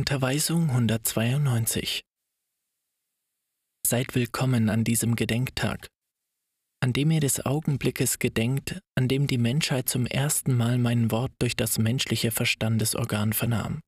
Unterweisung 192. Seid willkommen an diesem Gedenktag, an dem ihr des Augenblickes gedenkt, an dem die Menschheit zum ersten Mal mein Wort durch das menschliche Verstandesorgan vernahm.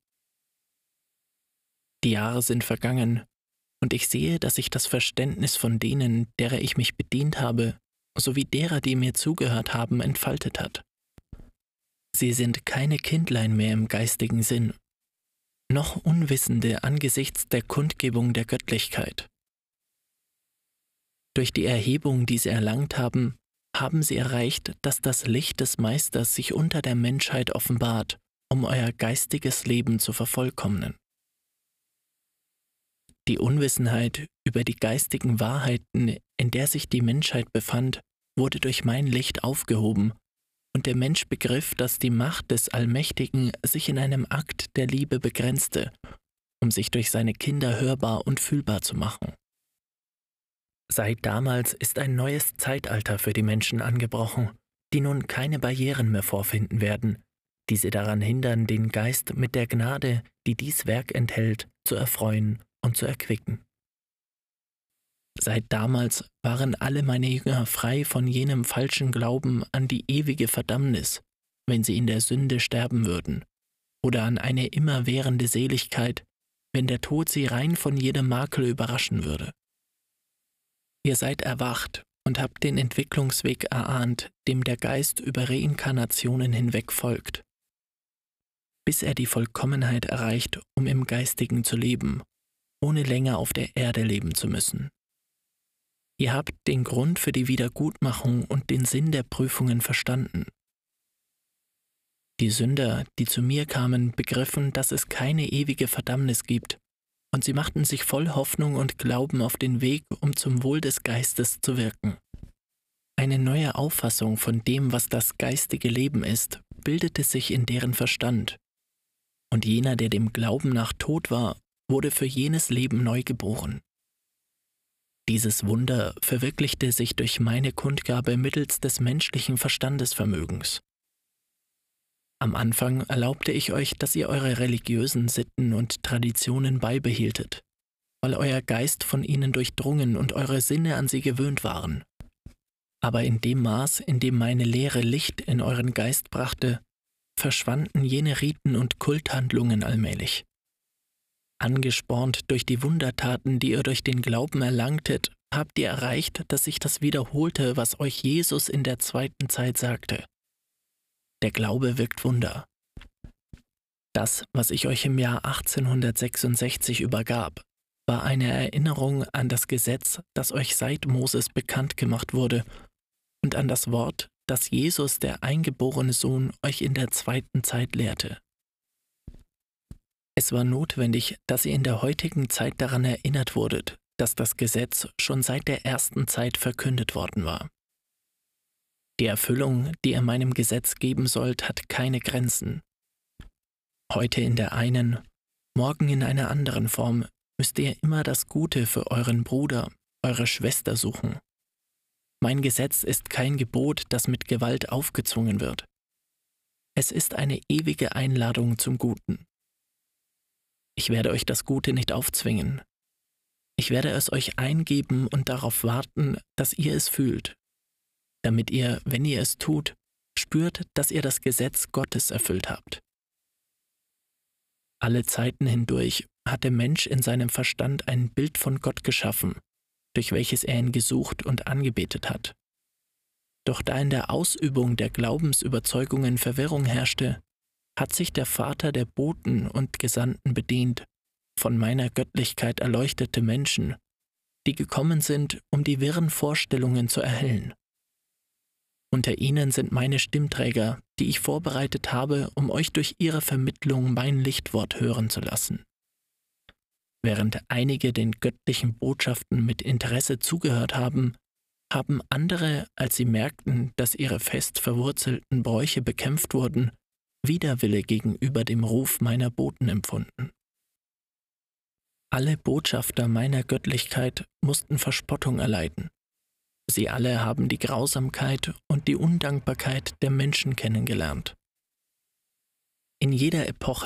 Die Jahre sind vergangen, und ich sehe, dass sich das Verständnis von denen, derer ich mich bedient habe, sowie derer, die mir zugehört haben, entfaltet hat. Sie sind keine Kindlein mehr im geistigen Sinn, noch Unwissende angesichts der Kundgebung der Göttlichkeit. Durch die Erhebung, die sie erlangt haben, haben sie erreicht, dass das Licht des Meisters sich unter der Menschheit offenbart, um euer geistiges Leben zu vervollkommnen. Die Unwissenheit über die geistigen Wahrheiten, in der sich die Menschheit befand, wurde durch mein Licht aufgehoben, und der Mensch begriff, dass die Macht des Allmächtigen sich in einem Akt der Liebe begrenzte, um sich durch seine Kinder hörbar und fühlbar zu machen. Seit damals ist ein neues Zeitalter für die Menschen angebrochen, die nun keine Barrieren mehr vorfinden werden, die sie daran hindern, den Geist mit der Gnade, die dies Werk enthält, zu erfreuen und zu erquicken. Seit damals waren alle meine Jünger frei von jenem falschen Glauben an die ewige Verdammnis, wenn sie in der Sünde sterben würden, oder an eine immerwährende Seligkeit, wenn der Tod sie rein von jedem Makel überraschen würde. Ihr seid erwacht und habt den Entwicklungsweg erahnt, dem der Geist über Reinkarnationen hinweg folgt, bis er die Vollkommenheit erreicht, um im Geistigen zu leben, ohne länger auf der Erde leben zu müssen. Ihr habt den Grund für die Wiedergutmachung und den Sinn der Prüfungen verstanden. Die Sünder, die zu mir kamen, begriffen, dass es keine ewige Verdammnis gibt, und sie machten sich voll Hoffnung und Glauben auf den Weg, um zum Wohl des Geistes zu wirken. Eine neue Auffassung von dem, was das geistige Leben ist, bildete sich in deren Verstand, und jener, der dem Glauben nach tot war, wurde für jenes Leben neu geboren. Dieses Wunder verwirklichte sich durch meine Kundgabe mittels des menschlichen Verstandesvermögens. Am Anfang erlaubte ich euch, dass ihr eure religiösen Sitten und Traditionen beibehieltet, weil euer Geist von ihnen durchdrungen und eure Sinne an sie gewöhnt waren. Aber in dem Maß, in dem meine Lehre Licht in euren Geist brachte, verschwanden jene Riten und Kulthandlungen allmählich. Angespornt durch die Wundertaten, die ihr durch den Glauben erlangtet, habt ihr erreicht, dass sich das wiederholte, was euch Jesus in der zweiten Zeit sagte. Der Glaube wirkt Wunder. Das, was ich euch im Jahr 1866 übergab, war eine Erinnerung an das Gesetz, das euch seit Moses bekannt gemacht wurde, und an das Wort, das Jesus, der eingeborene Sohn, euch in der zweiten Zeit lehrte. Es war notwendig, dass ihr in der heutigen Zeit daran erinnert wurdet, dass das Gesetz schon seit der ersten Zeit verkündet worden war. Die Erfüllung, die ihr meinem Gesetz geben sollt, hat keine Grenzen. Heute in der einen, morgen in einer anderen Form müsst ihr immer das Gute für euren Bruder, eure Schwester suchen. Mein Gesetz ist kein Gebot, das mit Gewalt aufgezwungen wird. Es ist eine ewige Einladung zum Guten. Ich werde euch das Gute nicht aufzwingen. Ich werde es euch eingeben und darauf warten, dass ihr es fühlt, damit ihr, wenn ihr es tut, spürt, dass ihr das Gesetz Gottes erfüllt habt. Alle Zeiten hindurch hat der Mensch in seinem Verstand ein Bild von Gott geschaffen, durch welches er ihn gesucht und angebetet hat. Doch da in der Ausübung der Glaubensüberzeugungen Verwirrung herrschte, hat sich der Vater der Boten und Gesandten bedient, von meiner Göttlichkeit erleuchtete Menschen, die gekommen sind, um die wirren Vorstellungen zu erhellen. Unter ihnen sind meine Stimmträger, die ich vorbereitet habe, um euch durch ihre Vermittlung mein Lichtwort hören zu lassen. Während einige den göttlichen Botschaften mit Interesse zugehört haben, haben andere, als sie merkten, dass ihre fest verwurzelten Bräuche bekämpft wurden, Widerwille gegenüber dem Ruf meiner Boten empfunden. Alle Botschafter meiner Göttlichkeit mussten Verspottung erleiden. Sie alle haben die Grausamkeit und die Undankbarkeit der Menschen kennengelernt. In jeder Epoche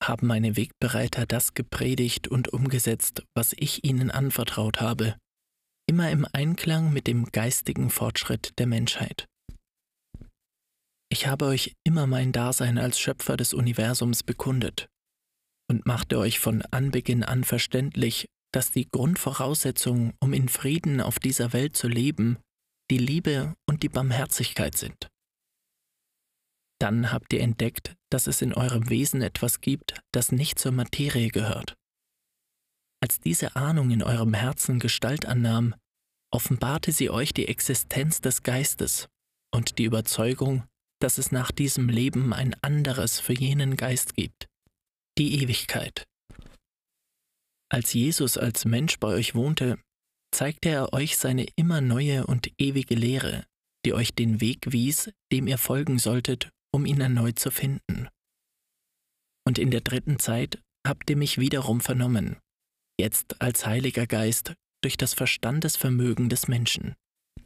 haben meine Wegbereiter das gepredigt und umgesetzt, was ich ihnen anvertraut habe, immer im Einklang mit dem geistigen Fortschritt der Menschheit. Ich habe euch immer mein Dasein als Schöpfer des Universums bekundet und machte euch von Anbeginn an verständlich, dass die Grundvoraussetzungen, um in Frieden auf dieser Welt zu leben, die Liebe und die Barmherzigkeit sind. Dann habt ihr entdeckt, dass es in eurem Wesen etwas gibt, das nicht zur Materie gehört. Als diese Ahnung in eurem Herzen Gestalt annahm, offenbarte sie euch die Existenz des Geistes und die Überzeugung, dass es nach diesem Leben ein anderes für jenen Geist gibt, die Ewigkeit. Als Jesus als Mensch bei euch wohnte, zeigte er euch seine immer neue und ewige Lehre, die euch den Weg wies, dem ihr folgen solltet, um ihn erneut zu finden. Und in der dritten Zeit habt ihr mich wiederum vernommen, jetzt als Heiliger Geist durch das Verstandesvermögen des Menschen.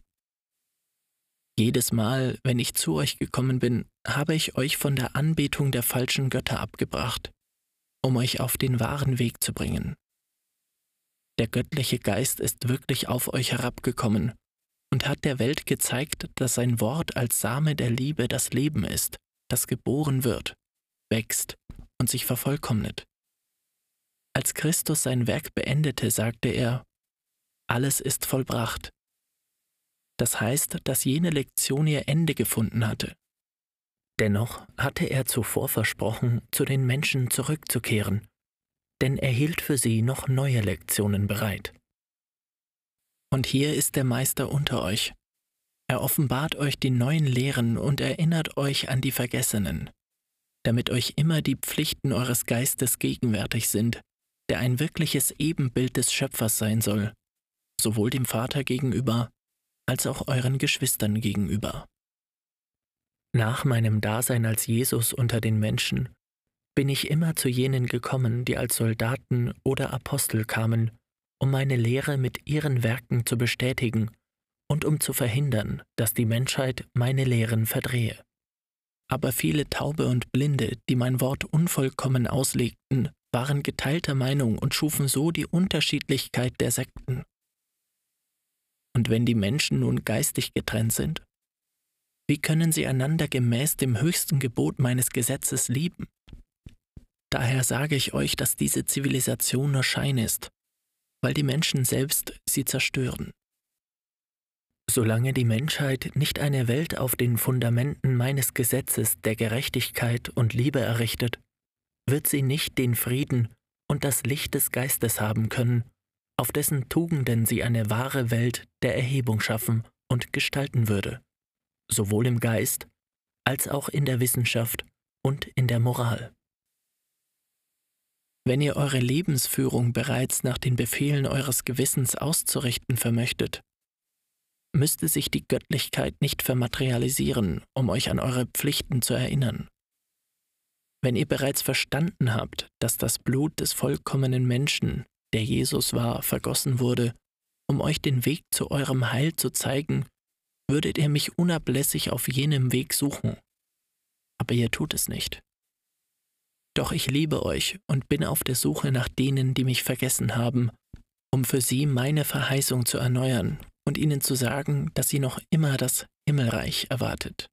Jedes Mal, wenn ich zu euch gekommen bin, habe ich euch von der Anbetung der falschen Götter abgebracht, um euch auf den wahren Weg zu bringen. Der göttliche Geist ist wirklich auf euch herabgekommen und hat der Welt gezeigt, dass sein Wort als Same der Liebe das Leben ist, das geboren wird, wächst und sich vervollkommnet. Als Christus sein Werk beendete, sagte er: Alles ist vollbracht. Das heißt, dass jene Lektion ihr Ende gefunden hatte. Dennoch hatte er zuvor versprochen, zu den Menschen zurückzukehren, denn er hielt für sie noch neue Lektionen bereit. Und hier ist der Meister unter euch. Er offenbart euch die neuen Lehren und erinnert euch an die Vergessenen, damit euch immer die Pflichten eures Geistes gegenwärtig sind, der ein wirkliches Ebenbild des Schöpfers sein soll, sowohl dem Vater gegenüber, als auch euren Geschwistern gegenüber. Nach meinem Dasein als Jesus unter den Menschen bin ich immer zu jenen gekommen, die als Soldaten oder Apostel kamen, um meine Lehre mit ihren Werken zu bestätigen und um zu verhindern, dass die Menschheit meine Lehren verdrehe. Aber viele Taube und Blinde, die mein Wort unvollkommen auslegten, waren geteilter Meinung und schufen so die Unterschiedlichkeit der Sekten. Und wenn die Menschen nun geistig getrennt sind, wie können sie einander gemäß dem höchsten Gebot meines Gesetzes lieben? Daher sage ich euch, dass diese Zivilisation nur Schein ist, weil die Menschen selbst sie zerstören. Solange die Menschheit nicht eine Welt auf den Fundamenten meines Gesetzes der Gerechtigkeit und Liebe errichtet, wird sie nicht den Frieden und das Licht des Geistes haben können, auf dessen Tugenden sie eine wahre Welt der Erhebung schaffen und gestalten würde, sowohl im Geist als auch in der Wissenschaft und in der Moral. Wenn ihr eure Lebensführung bereits nach den Befehlen eures Gewissens auszurichten vermöchtet, müsste sich die Göttlichkeit nicht vermaterialisieren, um euch an eure Pflichten zu erinnern. Wenn ihr bereits verstanden habt, dass das Blut des vollkommenen Menschen, der Jesus war, vergossen wurde, um euch den Weg zu eurem Heil zu zeigen, würdet ihr mich unablässig auf jenem Weg suchen. Aber ihr tut es nicht. Doch ich liebe euch und bin auf der Suche nach denen, die mich vergessen haben, um für sie meine Verheißung zu erneuern und ihnen zu sagen, dass sie noch immer das Himmelreich erwartet.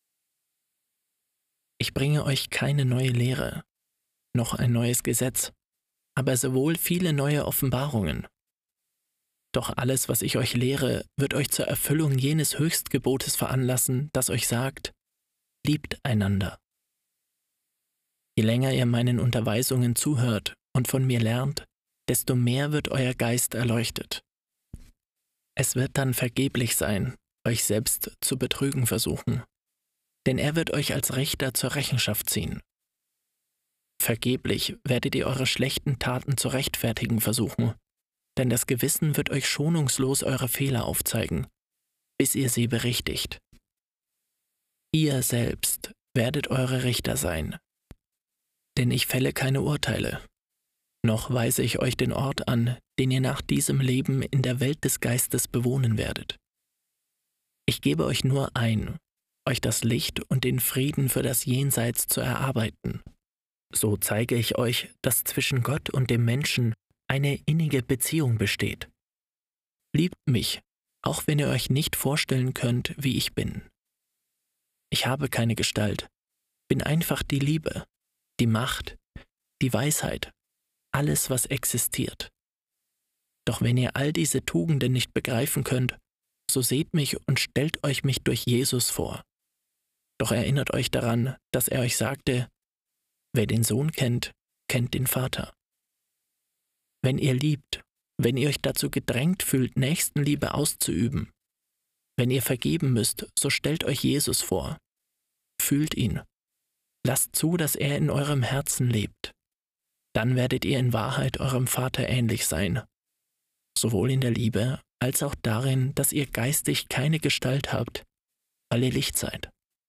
Ich bringe euch keine neue Lehre, noch ein neues Gesetz, aber sowohl viele neue Offenbarungen. Doch alles, was ich euch lehre, wird euch zur Erfüllung jenes Höchstgebotes veranlassen, das euch sagt: Liebt einander. Je länger ihr meinen Unterweisungen zuhört und von mir lernt, desto mehr wird euer Geist erleuchtet. Es wird dann vergeblich sein, euch selbst zu betrügen versuchen, denn er wird euch als Richter zur Rechenschaft ziehen. Vergeblich werdet ihr eure schlechten Taten zu rechtfertigen versuchen, denn das Gewissen wird euch schonungslos eure Fehler aufzeigen, bis ihr sie berichtigt. Ihr selbst werdet eure Richter sein, denn ich fälle keine Urteile, noch weise ich euch den Ort an, den ihr nach diesem Leben in der Welt des Geistes bewohnen werdet. Ich gebe euch nur ein, euch das Licht und den Frieden für das Jenseits zu erarbeiten, So zeige ich euch, dass zwischen Gott und dem Menschen eine innige Beziehung besteht. Liebt mich, auch wenn ihr euch nicht vorstellen könnt, wie ich bin. Ich habe keine Gestalt, bin einfach die Liebe, die Macht, die Weisheit, alles, was existiert. Doch wenn ihr all diese Tugenden nicht begreifen könnt, so seht mich und stellt euch mich durch Jesus vor. Doch erinnert euch daran, dass er euch sagte, wer den Sohn kennt, kennt den Vater. Wenn ihr liebt, wenn ihr euch dazu gedrängt fühlt, Nächstenliebe auszuüben, wenn ihr vergeben müsst, so stellt euch Jesus vor. Fühlt ihn. Lasst zu, dass er in eurem Herzen lebt. Dann werdet ihr in Wahrheit eurem Vater ähnlich sein, sowohl in der Liebe als auch darin, dass ihr geistig keine Gestalt habt, weil ihr Licht seid.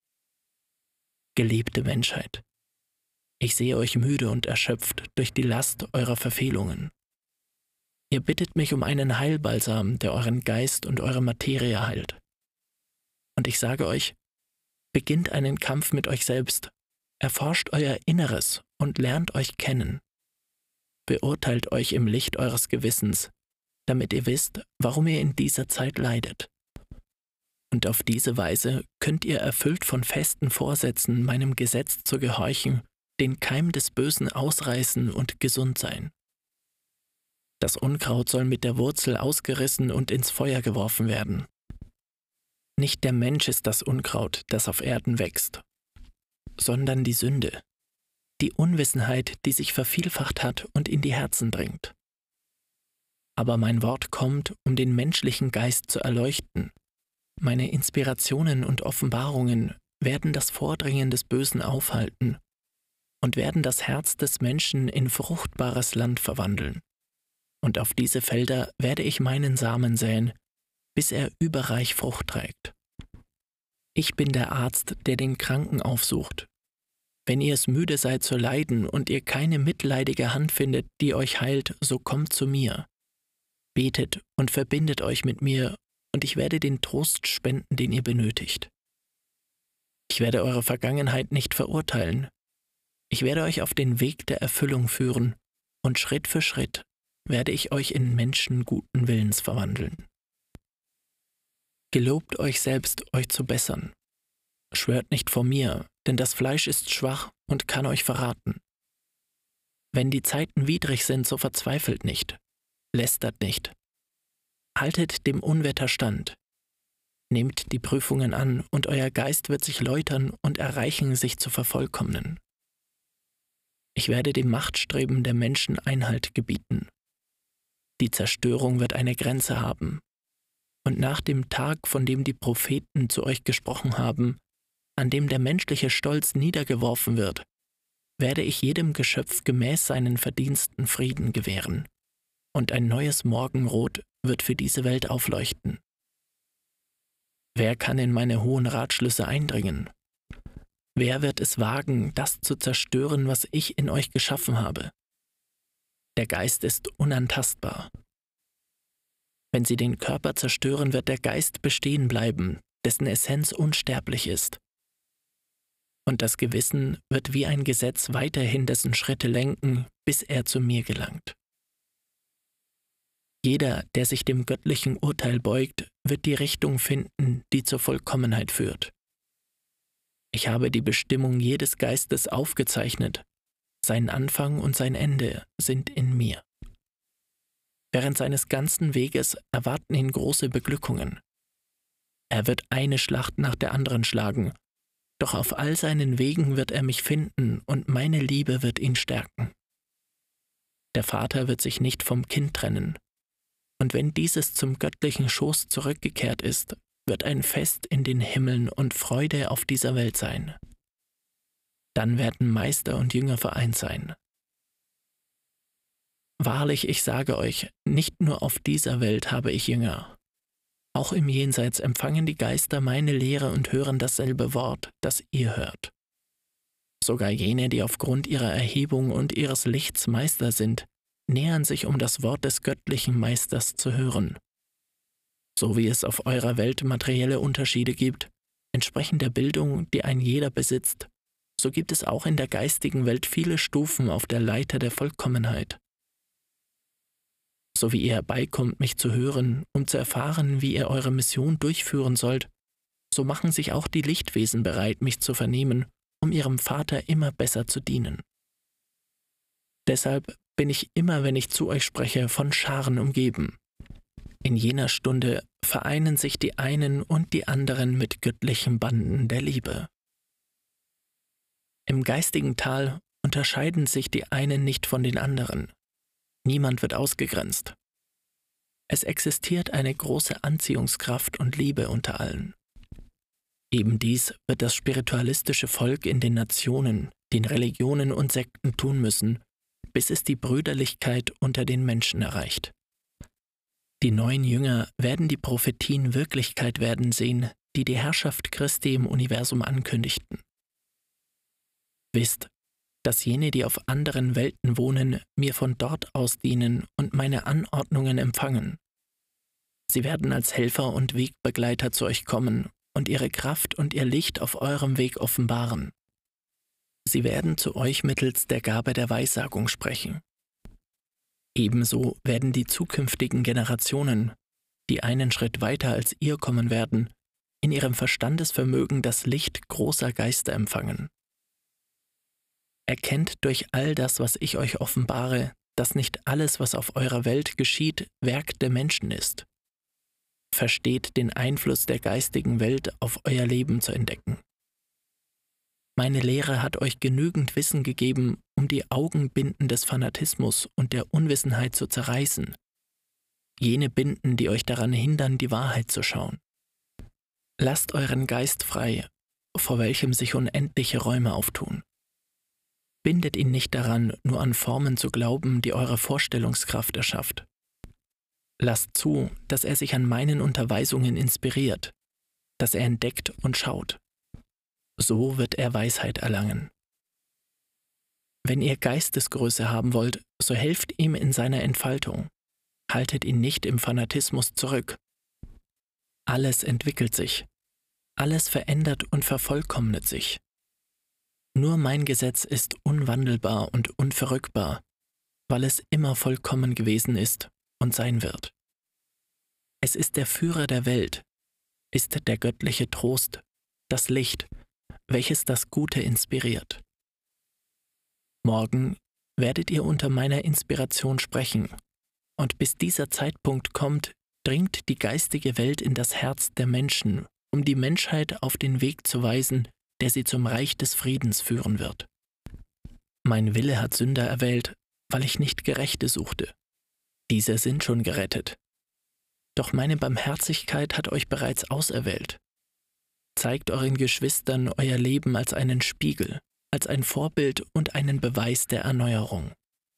Geliebte Menschheit, ich sehe euch müde und erschöpft durch die Last eurer Verfehlungen. Ihr bittet mich um einen Heilbalsam, der euren Geist und eure Materie heilt. Und ich sage euch, beginnt einen Kampf mit euch selbst, erforscht euer Inneres und lernt euch kennen. Beurteilt euch im Licht eures Gewissens, damit ihr wisst, warum ihr in dieser Zeit leidet. Und auf diese Weise könnt ihr erfüllt von festen Vorsätzen meinem Gesetz zu gehorchen, den Keim des Bösen ausreißen und gesund sein. Das Unkraut soll mit der Wurzel ausgerissen und ins Feuer geworfen werden. Nicht der Mensch ist das Unkraut, das auf Erden wächst, sondern die Sünde, die Unwissenheit, die sich vervielfacht hat und in die Herzen dringt. Aber mein Wort kommt, um den menschlichen Geist zu erleuchten. Meine Inspirationen und Offenbarungen werden das Vordringen des Bösen aufhalten und werden das Herz des Menschen in fruchtbares Land verwandeln. Und auf diese Felder werde ich meinen Samen säen, bis er überreich Frucht trägt. Ich bin der Arzt, der den Kranken aufsucht. Wenn ihr es müde seid zu leiden und ihr keine mitleidige Hand findet, die euch heilt, so kommt zu mir. Betet und verbindet euch mit mir, und ich werde den Trost spenden, den ihr benötigt. Ich werde eure Vergangenheit nicht verurteilen. Ich werde euch auf den Weg der Erfüllung führen, und Schritt für Schritt werde ich euch in Menschen guten Willens verwandeln. Gelobt euch selbst, euch zu bessern. Schwört nicht vor mir, denn das Fleisch ist schwach und kann euch verraten. Wenn die Zeiten widrig sind, so verzweifelt nicht, lästert nicht. Haltet dem Unwetter stand. Nehmt die Prüfungen an, und euer Geist wird sich läutern und erreichen, sich zu vervollkommnen. Ich werde dem Machtstreben der Menschen Einhalt gebieten. Die Zerstörung wird eine Grenze haben. Und nach dem Tag, von dem die Propheten zu euch gesprochen haben, an dem der menschliche Stolz niedergeworfen wird, werde ich jedem Geschöpf gemäß seinen Verdiensten Frieden gewähren. Und ein neues Morgenrot wird für diese Welt aufleuchten. Wer kann in meine hohen Ratschlüsse eindringen? Wer wird es wagen, das zu zerstören, was ich in euch geschaffen habe? Der Geist ist unantastbar. Wenn sie den Körper zerstören, wird der Geist bestehen bleiben, dessen Essenz unsterblich ist. Und das Gewissen wird wie ein Gesetz weiterhin dessen Schritte lenken, bis er zu mir gelangt. Jeder, der sich dem göttlichen Urteil beugt, wird die Richtung finden, die zur Vollkommenheit führt. Ich habe die Bestimmung jedes Geistes aufgezeichnet. Sein Anfang und sein Ende sind in mir. Während seines ganzen Weges erwarten ihn große Beglückungen. Er wird eine Schlacht nach der anderen schlagen, doch auf all seinen Wegen wird er mich finden und meine Liebe wird ihn stärken. Der Vater wird sich nicht vom Kind trennen, und wenn dieses zum göttlichen Schoß zurückgekehrt ist, wird ein Fest in den Himmeln und Freude auf dieser Welt sein. Dann werden Meister und Jünger vereint sein. Wahrlich, ich sage euch, nicht nur auf dieser Welt habe ich Jünger. Auch im Jenseits empfangen die Geister meine Lehre und hören dasselbe Wort, das ihr hört. Sogar jene, die aufgrund ihrer Erhebung und ihres Lichts Meister sind, nähern sich, um das Wort des göttlichen Meisters zu hören. So wie es auf eurer Welt materielle Unterschiede gibt, entsprechend der Bildung, die ein jeder besitzt, so gibt es auch in der geistigen Welt viele Stufen auf der Leiter der Vollkommenheit. So wie ihr herbeikommt, mich zu hören, um zu erfahren, wie ihr eure Mission durchführen sollt, so machen sich auch die Lichtwesen bereit, mich zu vernehmen, um ihrem Vater immer besser zu dienen. Deshalb bin ich immer, wenn ich zu euch spreche, von Scharen umgeben. In jener Stunde vereinen sich die einen und die anderen mit göttlichen Banden der Liebe. Im geistigen Tal unterscheiden sich die einen nicht von den anderen. Niemand wird ausgegrenzt. Es existiert eine große Anziehungskraft und Liebe unter allen. Eben dies wird das spiritualistische Volk in den Nationen, den Religionen und Sekten tun müssen, bis es die Brüderlichkeit unter den Menschen erreicht. Die neuen Jünger werden die Prophetien Wirklichkeit werden sehen, die die Herrschaft Christi im Universum ankündigten. Wisst, dass jene, die auf anderen Welten wohnen, mir von dort aus dienen und meine Anordnungen empfangen. Sie werden als Helfer und Wegbegleiter zu euch kommen und ihre Kraft und ihr Licht auf eurem Weg offenbaren. Sie werden zu euch mittels der Gabe der Weissagung sprechen. Ebenso werden die zukünftigen Generationen, die einen Schritt weiter als ihr kommen werden, in ihrem Verstandesvermögen das Licht großer Geister empfangen. Erkennt durch all das, was ich euch offenbare, dass nicht alles, was auf eurer Welt geschieht, Werk der Menschen ist. Versteht den Einfluss der geistigen Welt auf euer Leben zu entdecken. Meine Lehre hat euch genügend Wissen gegeben, um die Augenbinden des Fanatismus und der Unwissenheit zu zerreißen. Jene Binden, die euch daran hindern, die Wahrheit zu schauen. Lasst euren Geist frei, vor welchem sich unendliche Räume auftun. Bindet ihn nicht daran, nur an Formen zu glauben, die eure Vorstellungskraft erschafft. Lasst zu, dass er sich an meinen Unterweisungen inspiriert, dass er entdeckt und schaut. So wird er Weisheit erlangen. Wenn ihr Geistesgröße haben wollt, so helft ihm in seiner Entfaltung. Haltet ihn nicht im Fanatismus zurück. Alles entwickelt sich. Alles verändert und vervollkommnet sich. Nur mein Gesetz ist unwandelbar und unverrückbar, weil es immer vollkommen gewesen ist und sein wird. Es ist der Führer der Welt, ist der göttliche Trost, das Licht, welches das Gute inspiriert. Morgen werdet ihr unter meiner Inspiration sprechen, und bis dieser Zeitpunkt kommt, dringt die geistige Welt in das Herz der Menschen, um die Menschheit auf den Weg zu weisen, der sie zum Reich des Friedens führen wird. Mein Wille hat Sünder erwählt, weil ich nicht Gerechte suchte. Diese sind schon gerettet. Doch meine Barmherzigkeit hat euch bereits auserwählt. Zeigt euren Geschwistern euer Leben als einen Spiegel, als ein Vorbild und einen Beweis der Erneuerung.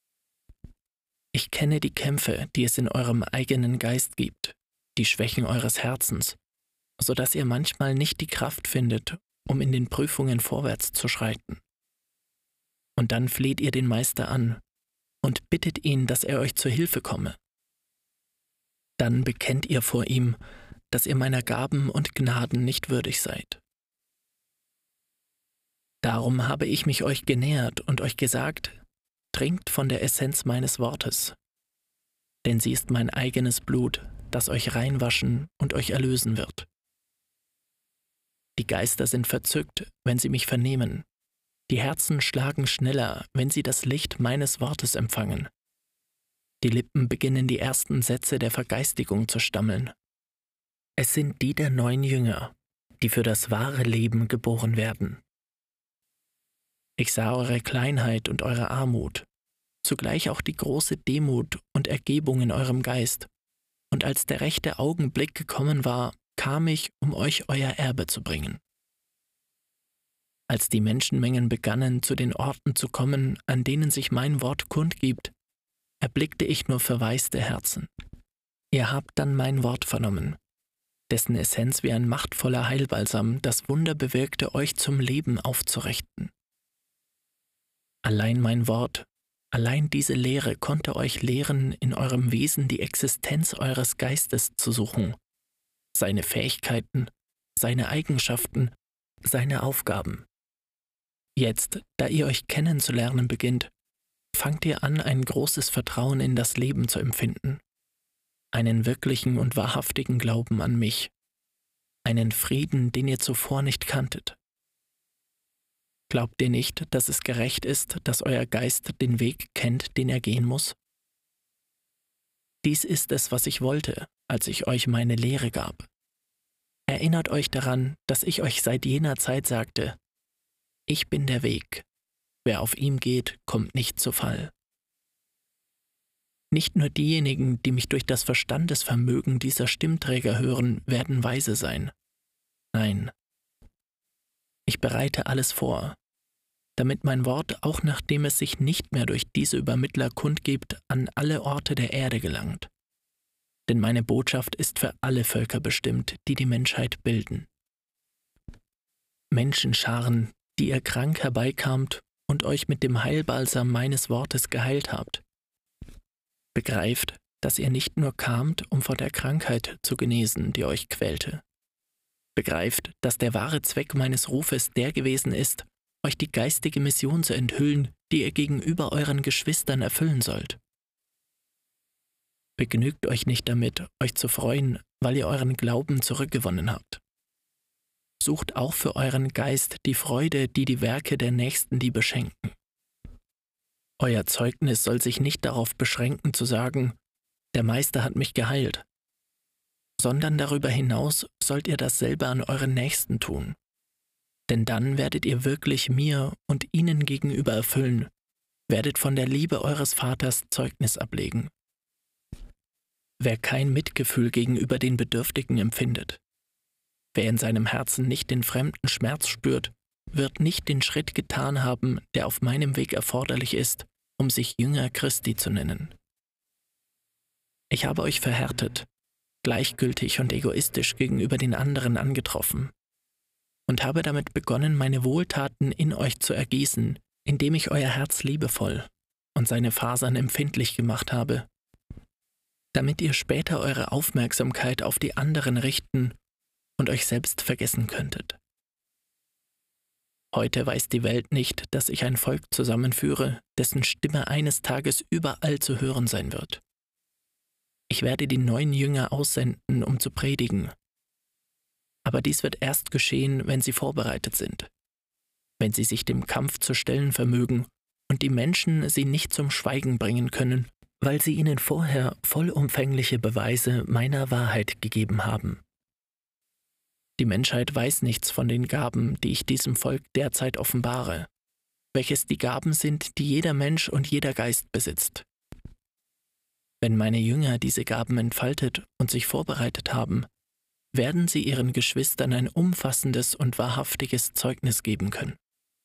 Ich kenne die Kämpfe, die es in eurem eigenen Geist gibt, die Schwächen eures Herzens, so dass ihr manchmal nicht die Kraft findet, um in den Prüfungen vorwärts zu schreiten. Und dann fleht ihr den Meister an und bittet ihn, dass er euch zur Hilfe komme. Dann bekennt ihr vor ihm, dass ihr meiner Gaben und Gnaden nicht würdig seid. Darum habe ich mich euch genähert und euch gesagt, trinkt von der Essenz meines Wortes, denn sie ist mein eigenes Blut, das euch reinwaschen und euch erlösen wird. Die Geister sind verzückt, wenn sie mich vernehmen. Die Herzen schlagen schneller, wenn sie das Licht meines Wortes empfangen. Die Lippen beginnen die ersten Sätze der Vergeistigung zu stammeln. Es sind die der neuen Jünger, die für das wahre Leben geboren werden. Ich sah eure Kleinheit und eure Armut, zugleich auch die große Demut und Ergebung in eurem Geist. Und als der rechte Augenblick gekommen war, kam ich, um euch euer Erbe zu bringen. Als die Menschenmengen begannen, zu den Orten zu kommen, an denen sich mein Wort kundgibt, erblickte ich nur verwaiste Herzen. Ihr habt dann mein Wort vernommen, dessen Essenz wie ein machtvoller Heilbalsam das Wunder bewirkte, euch zum Leben aufzurichten. Allein mein Wort, allein diese Lehre konnte euch lehren, in eurem Wesen die Existenz eures Geistes zu suchen, seine Fähigkeiten, seine Eigenschaften, seine Aufgaben. Jetzt, da ihr euch kennenzulernen beginnt, fangt ihr an, ein großes Vertrauen in das Leben zu empfinden, einen wirklichen und wahrhaftigen Glauben an mich, einen Frieden, den ihr zuvor nicht kanntet. Glaubt ihr nicht, dass es gerecht ist, dass euer Geist den Weg kennt, den er gehen muss? Dies ist es, was ich wollte, als ich euch meine Lehre gab. Erinnert euch daran, dass ich euch seit jener Zeit sagte: Ich bin der Weg. Wer auf ihm geht, kommt nicht zu Fall. Nicht nur diejenigen, die mich durch das Verstandesvermögen dieser Stimmträger hören, werden weise sein. Nein. Ich bereite alles vor, damit mein Wort, auch nachdem es sich nicht mehr durch diese Übermittler kundgibt, an alle Orte der Erde gelangt. Denn meine Botschaft ist für alle Völker bestimmt, die die Menschheit bilden. Menschenscharen, die ihr krank herbeikamt und euch mit dem Heilbalsam meines Wortes geheilt habt. Begreift, dass ihr nicht nur kamt, um vor der Krankheit zu genesen, die euch quälte. Begreift, dass der wahre Zweck meines Rufes der gewesen ist, euch die geistige Mission zu enthüllen, die ihr gegenüber euren Geschwistern erfüllen sollt. Begnügt euch nicht damit, euch zu freuen, weil ihr euren Glauben zurückgewonnen habt. Sucht auch für euren Geist die Freude, die die Werke der Nächstenliebe schenken. Euer Zeugnis soll sich nicht darauf beschränken zu sagen: Der Meister hat mich geheilt, sondern darüber hinaus sollt ihr dasselbe an euren Nächsten tun. Denn dann werdet ihr wirklich mir und ihnen gegenüber erfüllen, werdet von der Liebe eures Vaters Zeugnis ablegen. Wer kein Mitgefühl gegenüber den Bedürftigen empfindet, wer in seinem Herzen nicht den fremden Schmerz spürt, wird nicht den Schritt getan haben, der auf meinem Weg erforderlich ist, um sich Jünger Christi zu nennen. Ich habe euch verhärtet, gleichgültig und egoistisch gegenüber den anderen angetroffen und habe damit begonnen, meine Wohltaten in euch zu ergießen, indem ich euer Herz liebevoll und seine Fasern empfindlich gemacht habe, damit ihr später eure Aufmerksamkeit auf die anderen richten und euch selbst vergessen könntet. Heute weiß die Welt nicht, dass ich ein Volk zusammenführe, dessen Stimme eines Tages überall zu hören sein wird. Ich werde die 9 Jünger aussenden, um zu predigen. Aber dies wird erst geschehen, wenn sie vorbereitet sind, wenn sie sich dem Kampf zu stellen vermögen und die Menschen sie nicht zum Schweigen bringen können, weil sie ihnen vorher vollumfängliche Beweise meiner Wahrheit gegeben haben. Die Menschheit weiß nichts von den Gaben, die ich diesem Volk derzeit offenbare, welches die Gaben sind, die jeder Mensch und jeder Geist besitzt. Wenn meine Jünger diese Gaben entfaltet und sich vorbereitet haben, werden sie ihren Geschwistern ein umfassendes und wahrhaftiges Zeugnis geben können.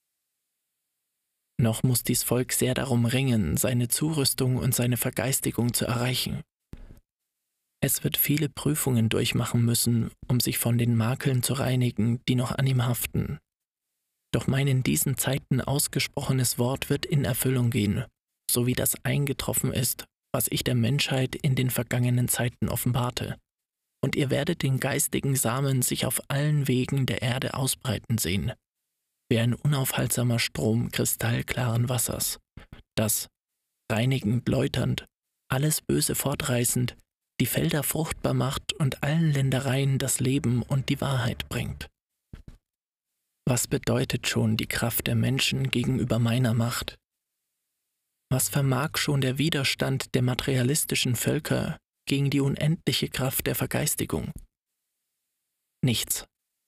Noch muss dies Volk sehr darum ringen, seine Zurüstung und seine Vergeistigung zu erreichen. Es wird viele Prüfungen durchmachen müssen, um sich von den Makeln zu reinigen, die noch an ihm haften. Doch mein in diesen Zeiten ausgesprochenes Wort wird in Erfüllung gehen, so wie das eingetroffen ist, was ich der Menschheit in den vergangenen Zeiten offenbarte. Und ihr werdet den geistigen Samen sich auf allen Wegen der Erde ausbreiten sehen, wie ein unaufhaltsamer Strom kristallklaren Wassers, das, reinigend, läuternd, alles Böse fortreißend, die Felder fruchtbar macht und allen Ländereien das Leben und die Wahrheit bringt. Was bedeutet schon die Kraft der Menschen gegenüber meiner Macht? Was vermag schon der Widerstand der materialistischen Völker gegen die unendliche Kraft der Vergeistigung? Nichts.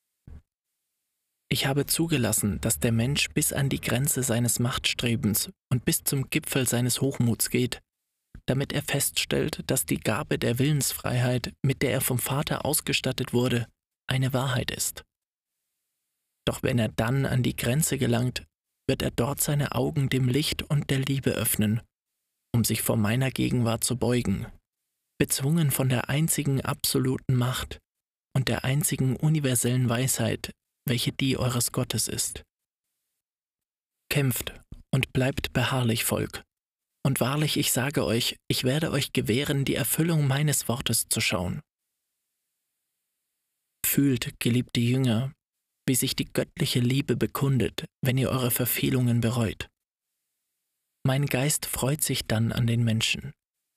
Ich habe zugelassen, dass der Mensch bis an die Grenze seines Machtstrebens und bis zum Gipfel seines Hochmuts geht, damit er feststellt, dass die Gabe der Willensfreiheit, mit der er vom Vater ausgestattet wurde, eine Wahrheit ist. Doch wenn er dann an die Grenze gelangt, wird er dort seine Augen dem Licht und der Liebe öffnen, um sich vor meiner Gegenwart zu beugen, bezwungen von der einzigen absoluten Macht und der einzigen universellen Weisheit, welche die eures Gottes ist. Kämpft und bleibt beharrlich, Volk. Und wahrlich, ich sage euch, ich werde euch gewähren, die Erfüllung meines Wortes zu schauen. Fühlt, geliebte Jünger, wie sich die göttliche Liebe bekundet, wenn ihr eure Verfehlungen bereut. Mein Geist freut sich dann an den Menschen.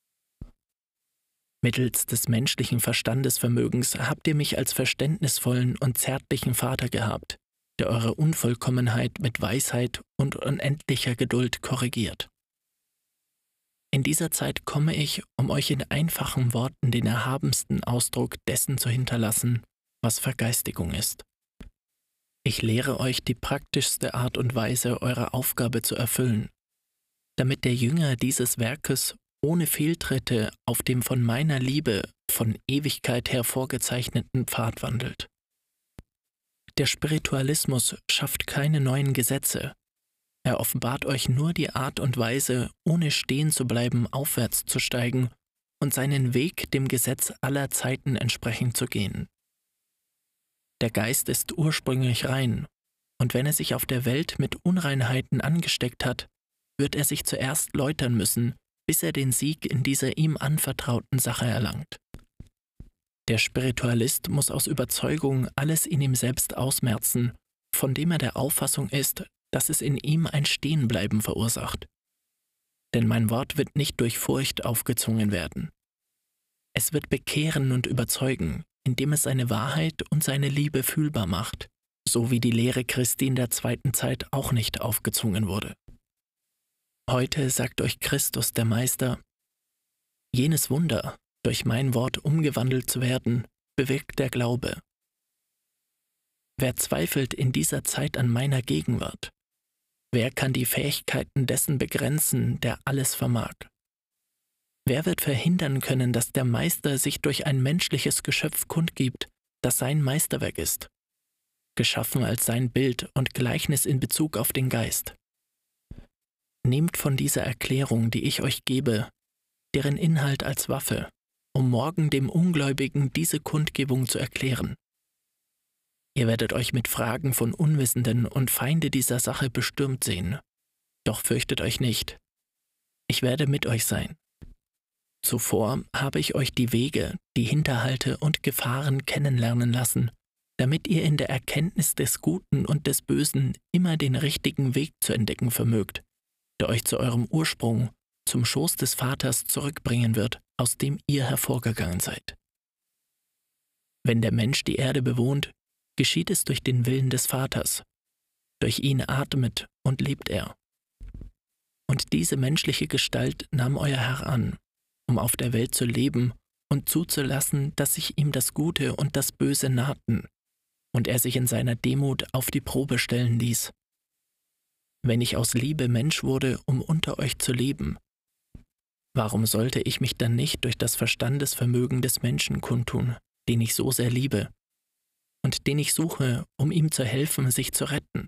Mittels des menschlichen Verstandesvermögens habt ihr mich als verständnisvollen und zärtlichen Vater gehabt, der eure Unvollkommenheit mit Weisheit und unendlicher Geduld korrigiert. In dieser Zeit komme ich, um euch in einfachen Worten den erhabensten Ausdruck dessen zu hinterlassen, was Vergeistigung ist. Ich lehre euch die praktischste Art und Weise, eure Aufgabe zu erfüllen, damit der Jünger dieses Werkes ohne Fehltritte auf dem von meiner Liebe von Ewigkeit her vorgezeichneten Pfad wandelt. Der Spiritualismus schafft keine neuen Gesetze. Er offenbart euch nur die Art und Weise, ohne stehen zu bleiben, aufwärts zu steigen und seinen Weg dem Gesetz aller Zeiten entsprechend zu gehen. Der Geist ist ursprünglich rein, und wenn er sich auf der Welt mit Unreinheiten angesteckt hat, wird er sich zuerst läutern müssen, bis er den Sieg in dieser ihm anvertrauten Sache erlangt. Der Spiritualist muss aus Überzeugung alles in ihm selbst ausmerzen, von dem er der Auffassung ist, dass es in ihm ein Stehenbleiben verursacht. Denn mein Wort wird nicht durch Furcht aufgezwungen werden. Es wird bekehren und überzeugen, indem es seine Wahrheit und seine Liebe fühlbar macht, so wie die Lehre Christi in der zweiten Zeit auch nicht aufgezwungen wurde. Heute sagt euch Christus, der Meister, jenes Wunder, durch mein Wort umgewandelt zu werden, bewirkt der Glaube. Wer zweifelt in dieser Zeit an meiner Gegenwart? Wer kann die Fähigkeiten dessen begrenzen, der alles vermag? Wer wird verhindern können, dass der Meister sich durch ein menschliches Geschöpf kundgibt, das sein Meisterwerk ist, geschaffen als sein Bild und Gleichnis in Bezug auf den Geist? Nehmt von dieser Erklärung, die ich euch gebe, deren Inhalt als Waffe, um morgen dem Ungläubigen diese Kundgebung zu erklären. Ihr werdet euch mit Fragen von Unwissenden und Feinde dieser Sache bestürmt sehen. Doch fürchtet euch nicht. Ich werde mit euch sein. Zuvor habe ich euch die Wege, die Hinterhalte und Gefahren kennenlernen lassen, damit ihr in der Erkenntnis des Guten und des Bösen immer den richtigen Weg zu entdecken vermögt, der euch zu eurem Ursprung, zum Schoß des Vaters zurückbringen wird, aus dem ihr hervorgegangen seid. Wenn der Mensch die Erde bewohnt, geschieht es durch den Willen des Vaters. Durch ihn atmet und lebt er. Und diese menschliche Gestalt nahm euer Herr an, um auf der Welt zu leben und zuzulassen, dass sich ihm das Gute und das Böse nahten und er sich in seiner Demut auf die Probe stellen ließ. Wenn ich aus Liebe Mensch wurde, um unter euch zu leben, warum sollte ich mich dann nicht durch das Verstandesvermögen des Menschen kundtun, den ich so sehr liebe und den ich suche, um ihm zu helfen, sich zu retten?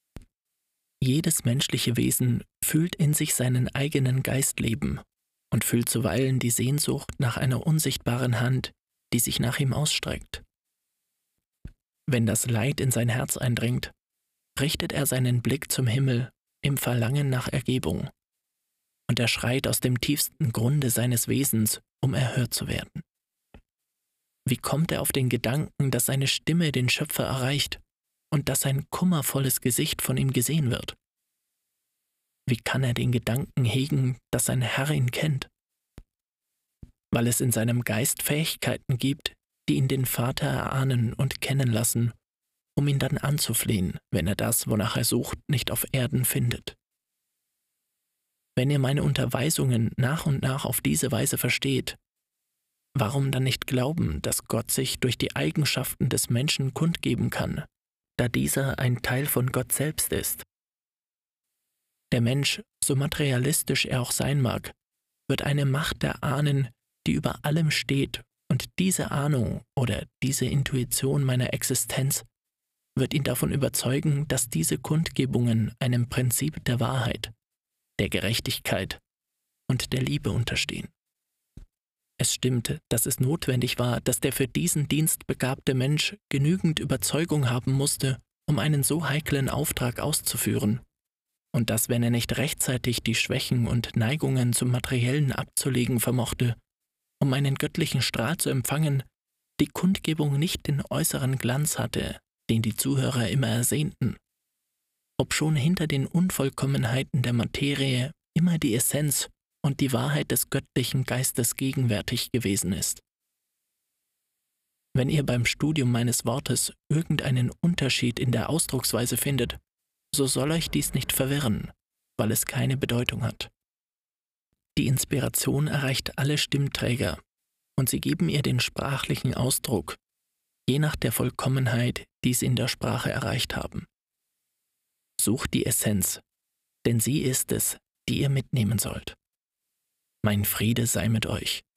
Jedes menschliche Wesen fühlt in sich seinen eigenen Geist leben und fühlt zuweilen die Sehnsucht nach einer unsichtbaren Hand, die sich nach ihm ausstreckt. Wenn das Leid in sein Herz eindringt, richtet er seinen Blick zum Himmel im Verlangen nach Ergebung, und er schreit aus dem tiefsten Grunde seines Wesens, um erhört zu werden. Wie kommt er auf den Gedanken, dass seine Stimme den Schöpfer erreicht und dass sein kummervolles Gesicht von ihm gesehen wird? Wie kann er den Gedanken hegen, dass sein Herr ihn kennt? Weil es in seinem Geist Fähigkeiten gibt, die ihn den Vater erahnen und kennen lassen, um ihn dann anzuflehen, wenn er das, wonach er sucht, nicht auf Erden findet. Wenn ihr meine Unterweisungen nach und nach auf diese Weise versteht, warum dann nicht glauben, dass Gott sich durch die Eigenschaften des Menschen kundgeben kann, da dieser ein Teil von Gott selbst ist? Der Mensch, so materialistisch er auch sein mag, wird eine Macht erahnen, die über allem steht, und diese Ahnung oder diese Intuition meiner Existenz wird ihn davon überzeugen, dass diese Kundgebungen einem Prinzip der Wahrheit, der Gerechtigkeit und der Liebe unterstehen. Es stimmt, dass es notwendig war, dass der für diesen Dienst begabte Mensch genügend Überzeugung haben musste, um einen so heiklen Auftrag auszuführen, und dass, wenn er nicht rechtzeitig die Schwächen und Neigungen zum Materiellen abzulegen vermochte, um einen göttlichen Strahl zu empfangen, die Kundgebung nicht den äußeren Glanz hatte, den die Zuhörer immer ersehnten. Obschon hinter den Unvollkommenheiten der Materie immer die Essenz und die Wahrheit des göttlichen Geistes gegenwärtig gewesen ist. Wenn ihr beim Studium meines Wortes irgendeinen Unterschied in der Ausdrucksweise findet, so soll euch dies nicht verwirren, weil es keine Bedeutung hat. Die Inspiration erreicht alle Stimmträger und sie geben ihr den sprachlichen Ausdruck, je nach der Vollkommenheit, die sie in der Sprache erreicht haben. Sucht die Essenz, denn sie ist es, die ihr mitnehmen sollt. Mein Friede sei mit euch.